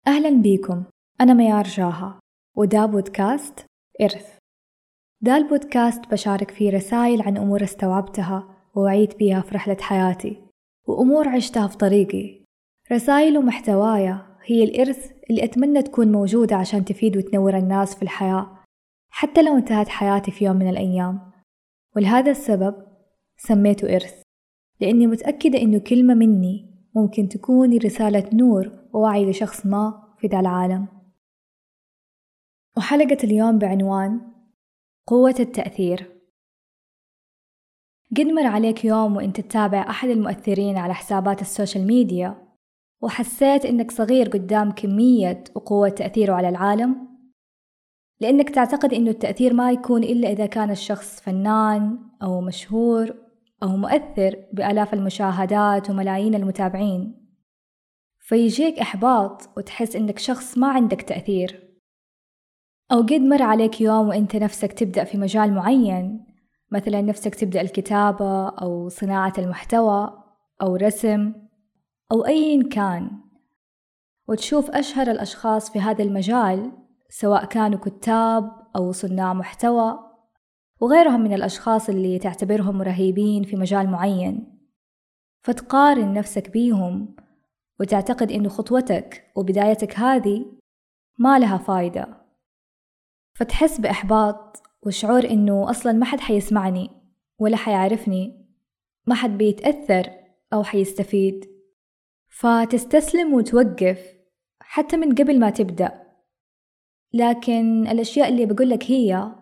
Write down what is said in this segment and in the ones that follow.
أهلا بيكم. أنا ميار جاها وده بودكاست إرث. ده البودكاست بشارك فيه رسائل عن أمور استوعبتها ووعيت بيها في رحلة حياتي وأمور عشتها في طريقي. رسائل ومحتوايا هي الإرث اللي أتمنى تكون موجودة عشان تفيد وتنور الناس في الحياة حتى لو انتهت حياتي في يوم من الأيام. ولهذا السبب سميته إرث، لأني متأكدة إنه كلمة مني ممكن تكون رسالة نور ووعي لشخص ما في ذا العالم. وحلقة اليوم بعنوان قوة التأثير. قد مر عليك يوم وانت تتابع أحد المؤثرين على حسابات السوشيال ميديا وحسيت إنك صغير قدام كمية وقوة تأثيره على العالم؟ لأنك تعتقد إنه التأثير ما يكون إلا إذا كان الشخص فنان أو مشهور أو مؤثر بآلاف المشاهدات وملايين المتابعين، فيجيك إحباط وتحس إنك شخص ما عندك تأثير. أو قد مر عليك يوم وإنت نفسك تبدأ في مجال معين، مثلا نفسك تبدأ الكتابة أو صناعة المحتوى أو رسم أو أي كان، وتشوف أشهر الأشخاص في هذا المجال سواء كانوا كتاب أو صناع محتوى وغيرهم من الأشخاص اللي تعتبرهم رهيبين في مجال معين، فتقارن نفسك بيهم وتعتقد إنه خطوتك وبدايتك هذه ما لها فايدة، فتحس بإحباط وشعور إنه أصلاً ما حد حيسمعني ولا حيعرفني، ما حد بيتأثر أو حيستفيد، فتستسلم وتوقف حتى من قبل ما تبدأ. لكن الأشياء اللي بقولك هي: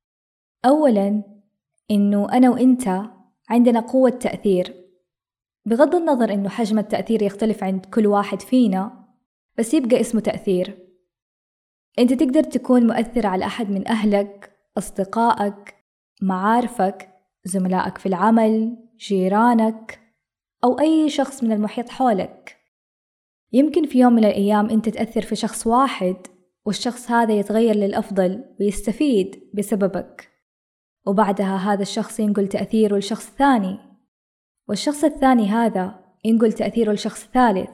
أولاً إنه أنا وإنت عندنا قوة تأثير، بغض النظر إنه حجم التأثير يختلف عند كل واحد فينا، بس يبقى اسمه تأثير. أنت تقدر تكون مؤثر على أحد من أهلك، أصدقائك، معارفك، زملائك في العمل، جيرانك، أو أي شخص من المحيط حولك. يمكن في يوم من الأيام أنت تأثر في شخص واحد والشخص هذا يتغير للأفضل ويستفيد بسببك، وبعدها هذا الشخص ينقل تأثيره لشخص ثاني، والشخص الثاني هذا ينقل تأثيره لشخص ثالث،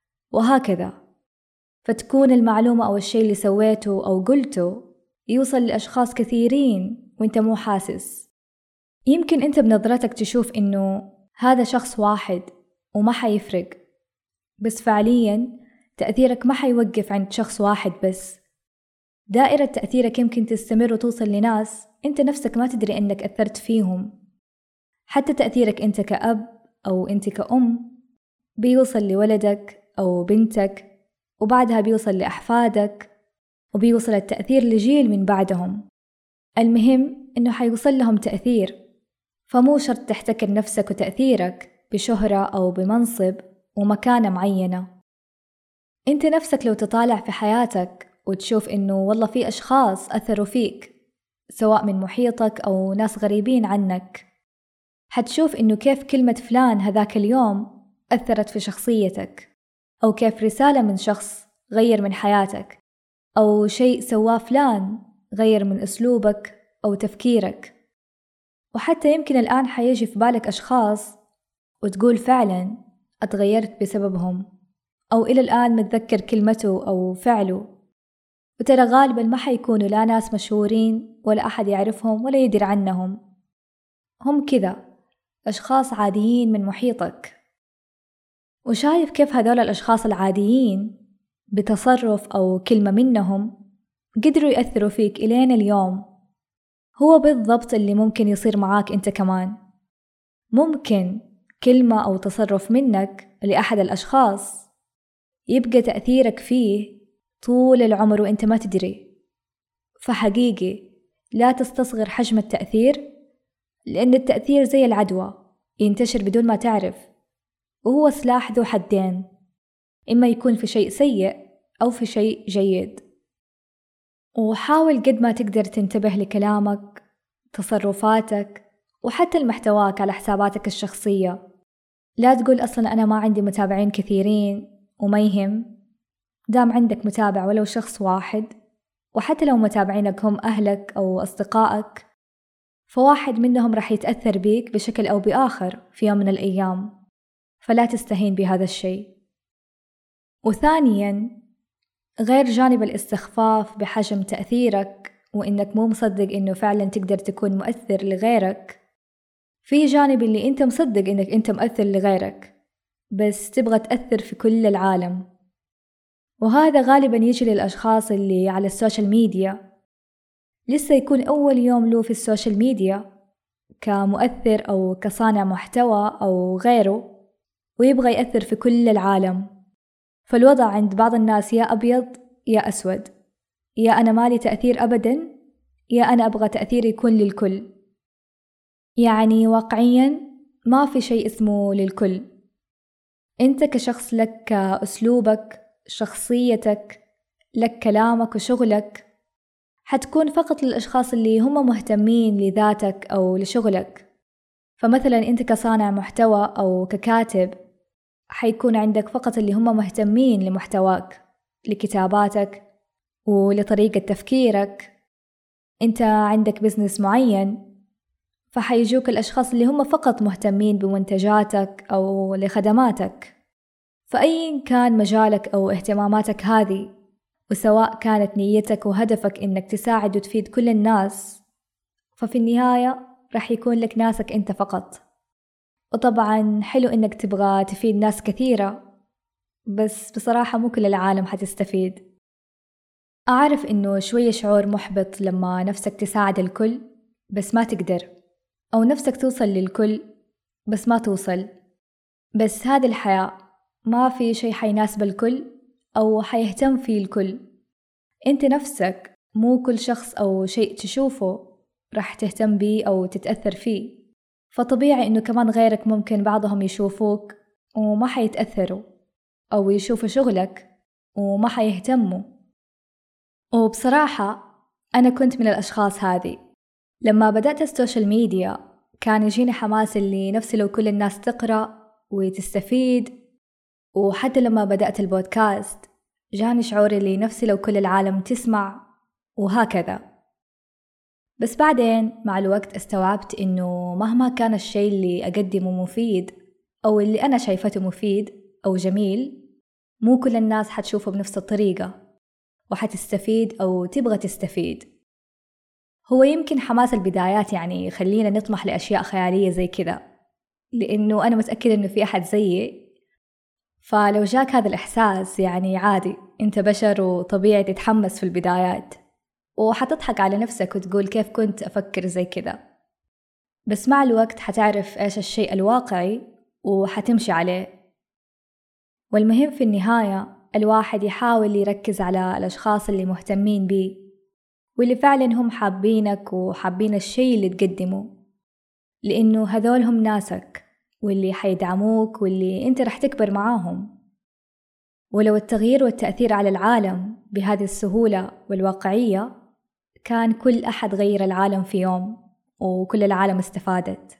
وهكذا. فتكون المعلومة أو الشيء اللي سويته أو قلته يوصل لأشخاص كثيرين وإنت مو حاسس. يمكن إنت بنظرتك تشوف إنه هذا شخص واحد وما حيفرق، بس فعلياً تأثيرك ما حيوقف عند شخص واحد بس. دائرة تأثيرك يمكن تستمر وتوصل لناس إنت نفسك ما تدري إنك أثرت فيهم. حتى تأثيرك إنت كأب أو إنت كأم بيوصل لولدك أو بنتك، وبعدها بيوصل لأحفادك، وبيوصل التأثير لجيل من بعدهم. المهم إنه حيوصل لهم تأثير، فمو شرط تحتكر نفسك وتأثيرك بشهرة أو بمنصب ومكانة معينة. أنت نفسك لو تطالع في حياتك وتشوف إنه والله في أشخاص أثروا فيك سواء من محيطك أو ناس غريبين عنك، حتشوف إنه كيف كلمة فلان هذاك اليوم أثرت في شخصيتك، أو كيف رسالة من شخص غير من حياتك، أو شيء سواه فلان غير من أسلوبك أو تفكيرك. وحتى يمكن الآن حيجي في بالك أشخاص وتقول فعلا أتغيرت بسببهم، أو إلى الآن متذكر كلمته أو فعله، وترى غالبا ما حيكونوا لا ناس مشهورين ولا أحد يعرفهم ولا يدري عنهم، هم كذا أشخاص عاديين من محيطك. وشايف كيف هذول الأشخاص العاديين بتصرف أو كلمة منهم قدروا يأثروا فيك إلين اليوم. هو بالضبط اللي ممكن يصير معاك أنت كمان. ممكن كلمة أو تصرف منك لأحد الأشخاص يبقى تأثيرك فيه طول العمر وأنت ما تدري. فحقيقي لا تستصغر حجم التأثير، لأن التأثير زي العدوى ينتشر بدون ما تعرف، وهو سلاح ذو حدين، إما يكون في شيء سيء أو في شيء جيد. وحاول قد ما تقدر تنتبه لكلامك، تصرفاتك، وحتى المحتواك على حساباتك الشخصية. لا تقول أصلا أنا ما عندي متابعين كثيرين وما يهم، دام عندك متابع ولو شخص واحد، وحتى لو متابعينك هم أهلك أو أصدقائك، فواحد منهم رح يتأثر بيك بشكل أو بآخر في يوم من الأيام، فلا تستهين بهذا الشيء. وثانياً غير جانب الاستخفاف بحجم تأثيرك وإنك مو مصدق إنه فعلا تقدر تكون مؤثر لغيرك، في جانب اللي أنت مصدق إنك أنت مؤثر لغيرك بس تبغى تأثر في كل العالم. وهذا غالبا يجي للأشخاص اللي على السوشيال ميديا لسه يكون أول يوم له في السوشيال ميديا كمؤثر أو كصانع محتوى أو غيره، ويبغى يأثر في كل العالم. فالوضع عند بعض الناس يا أبيض يا أسود، يا أنا مالي تأثير أبدا، يا أنا أبغى تأثير يكون للكل. يعني واقعيا ما في شيء اسمه للكل. أنت كشخص لك أسلوبك، شخصيتك، لك كلامك وشغلك، حتكون فقط للأشخاص اللي هم مهتمين لذاتك أو لشغلك. فمثلا أنت كصانع محتوى أو ككاتب حيكون عندك فقط اللي هم مهتمين لمحتواك، لكتاباتك ولطريقة تفكيرك. أنت عندك بزنس معين فحيجوك الأشخاص اللي هم فقط مهتمين بمنتجاتك أو لخدماتك. فأي كان مجالك أو اهتماماتك هذه، وسواء كانت نيتك وهدفك إنك تساعد وتفيد كل الناس، ففي النهاية رح يكون لك ناسك أنت فقط. وطبعا حلو إنك تبغى تفيد ناس كثيرة، بس بصراحة مو كل العالم حتستفيد. أعرف إنه شوية شعور محبط لما نفسك تساعد الكل بس ما تقدر، أو نفسك توصل للكل بس ما توصل. بس هذه الحياة، ما في شيء حيناسب الكل أو حيهتم فيه الكل. أنت نفسك مو كل شخص أو شيء تشوفه رح تهتم بيه أو تتأثر فيه. فطبيعي إنه كمان غيرك ممكن بعضهم يشوفوك وما حيتأثروا، أو يشوفوا شغلك وما حيهتموا. وبصراحة أنا كنت من الأشخاص هذه. لما بدأت السوشيال ميديا كان يجيني حماس اللي نفسي لو كل الناس تقرأ وتستفيد، وحتى لما بدأت البودكاست جاني شعور اللي نفسي لو كل العالم تسمع، وهكذا. بس بعدين مع الوقت استوعبت إنه مهما كان الشيء اللي أقدمه مفيد أو اللي أنا شايفته مفيد أو جميل، مو كل الناس حتشوفه بنفس الطريقة وحتستفيد أو تبغى تستفيد. هو يمكن حماس البدايات يعني يخلينا نطمح لأشياء خيالية زي كذا، لأنه أنا متأكدة إنه في أحد زيي. فلو جاك هذا الإحساس يعني عادي، أنت بشر وطبيعي تتحمس في البدايات، وحتضحك على نفسك وتقول كيف كنت أفكر زي كذا. بس مع الوقت حتعرف إيش الشيء الواقعي وحتمشي عليه. والمهم في النهاية الواحد يحاول يركز على الأشخاص اللي مهتمين بيه، واللي فعلا هم حابينك وحابين الشيء اللي تقدمه، لأنه هذول هم ناسك واللي حيدعموك واللي أنت رح تكبر معاهم. ولو التغيير والتأثير على العالم بهذه السهولة والواقعية، كان كل أحد غير العالم في يوم وكل العالم استفادت.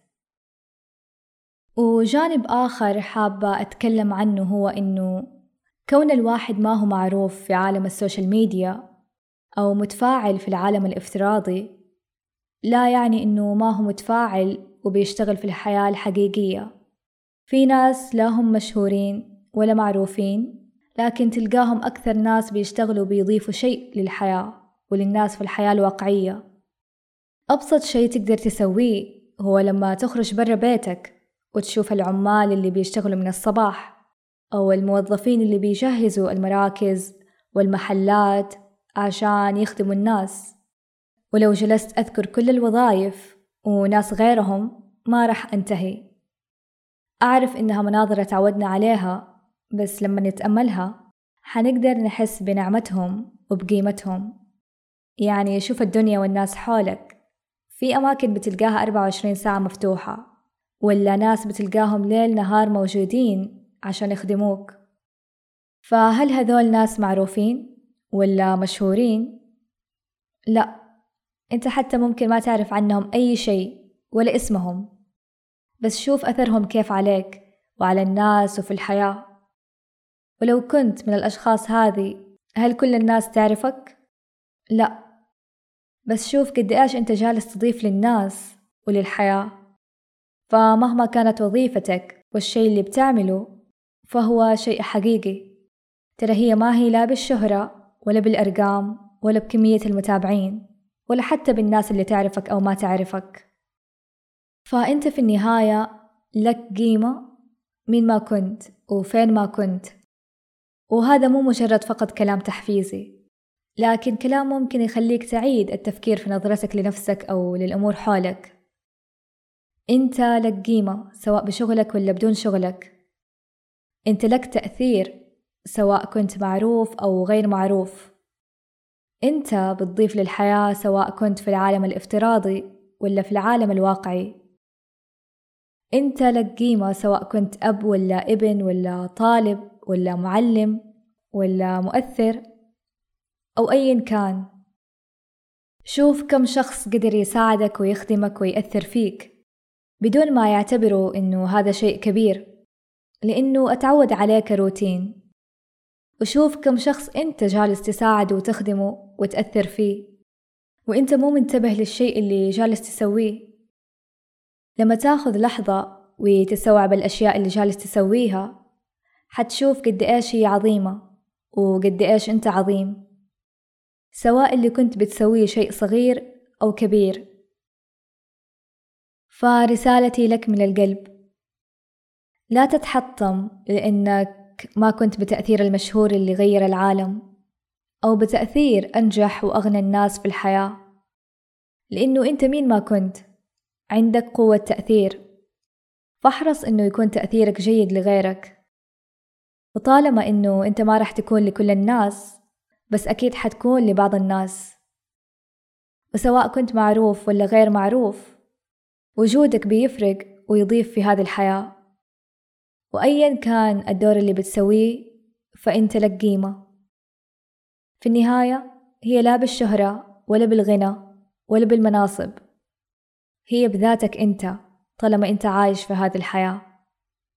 وجانب آخر حابة أتكلم عنه هو إنه كون الواحد ما هو معروف في عالم السوشيال ميديا أو متفاعل في العالم الافتراضي، لا يعني إنه ما هو متفاعل وبيشتغل في الحياة الحقيقية. في ناس لا هم مشهورين ولا معروفين، لكن تلقاهم أكثر ناس بيشتغلوا بيضيفوا شيء للحياة وللناس في الحياة الواقعية. أبسط شيء تقدر تسويه هو لما تخرج برا بيتك وتشوف العمال اللي بيشتغلوا من الصباح، أو الموظفين اللي بيجهزوا المراكز والمحلات عشان يخدموا الناس. ولو جلست أذكر كل الوظائف وناس غيرهم ما رح أنتهي. أعرف إنها مناظر تعودنا عليها، بس لما نتأملها حنقدر نحس بنعمتهم وبقيمتهم. يعني شوف الدنيا والناس حولك، في أماكن بتلقاها 24 ساعة مفتوحة، ولا ناس بتلقاهم ليل نهار موجودين عشان يخدموك. فهل هذول ناس معروفين ولا مشهورين؟ لا، أنت حتى ممكن ما تعرف عنهم أي شيء ولا اسمهم، بس شوف أثرهم كيف عليك وعلى الناس وفي الحياة. ولو كنت من الأشخاص هذه، هل كل الناس تعرفك؟ لا، بس شوف قد إيش أنت جالس تضيف للناس وللحياة. فمهما كانت وظيفتك والشيء اللي بتعمله، فهو شيء حقيقي. ترى هي ما هي لا بالشهرة ولا بالأرقام ولا بكمية المتابعين ولا حتى بالناس اللي تعرفك أو ما تعرفك. فأنت في النهاية لك قيمة من ما كنت وفين ما كنت، وهذا مو مجرد فقط كلام تحفيزي، لكن كلام ممكن يخليك تعيد التفكير في نظرتك لنفسك أو للأمور حولك. أنت لك قيمة سواء بشغلك ولا بدون شغلك، أنت لك تأثير سواء كنت معروف أو غير معروف، أنت بتضيف للحياة سواء كنت في العالم الافتراضي ولا في العالم الواقعي. أنت لك قيمة سواء كنت أب ولا ابن ولا طالب ولا معلم ولا مؤثر أو أيا كان. شوف كم شخص قدر يساعدك ويخدمك ويأثر فيك بدون ما يعتبروا إنه هذا شيء كبير، لأنه أتعود عليه كروتين. وشوف كم شخص أنت جالس تساعده وتخدمه وتأثر فيه وأنت مو منتبه للشيء اللي جالس تسويه. لما تاخذ لحظة وتستوعب الأشياء اللي جالس تسويها، حتشوف قد إيش هي عظيمة وقد إيش أنت عظيم، سواء اللي كنت بتسويه شيء صغير أو كبير. فرسالتي لك من القلب، لا تتحطم لأنك ما كنت بتأثير المشهور اللي غير العالم أو بتأثير أنجح وأغنى الناس في الحياة، لأنه أنت مين ما كنت عندك قوة تأثير. فاحرص إنه يكون تأثيرك جيد لغيرك، وطالما إنه أنت ما رح تكون لكل الناس، بس أكيد حتكون لبعض الناس. وسواء كنت معروف ولا غير معروف، وجودك بيفرق ويضيف في هذه الحياة. وأيا كان الدور اللي بتسويه فأنت لك قيمة. في النهاية هي لا بالشهرة ولا بالغنى ولا بالمناصب، هي بذاتك أنت طالما أنت عايش في هذه الحياة.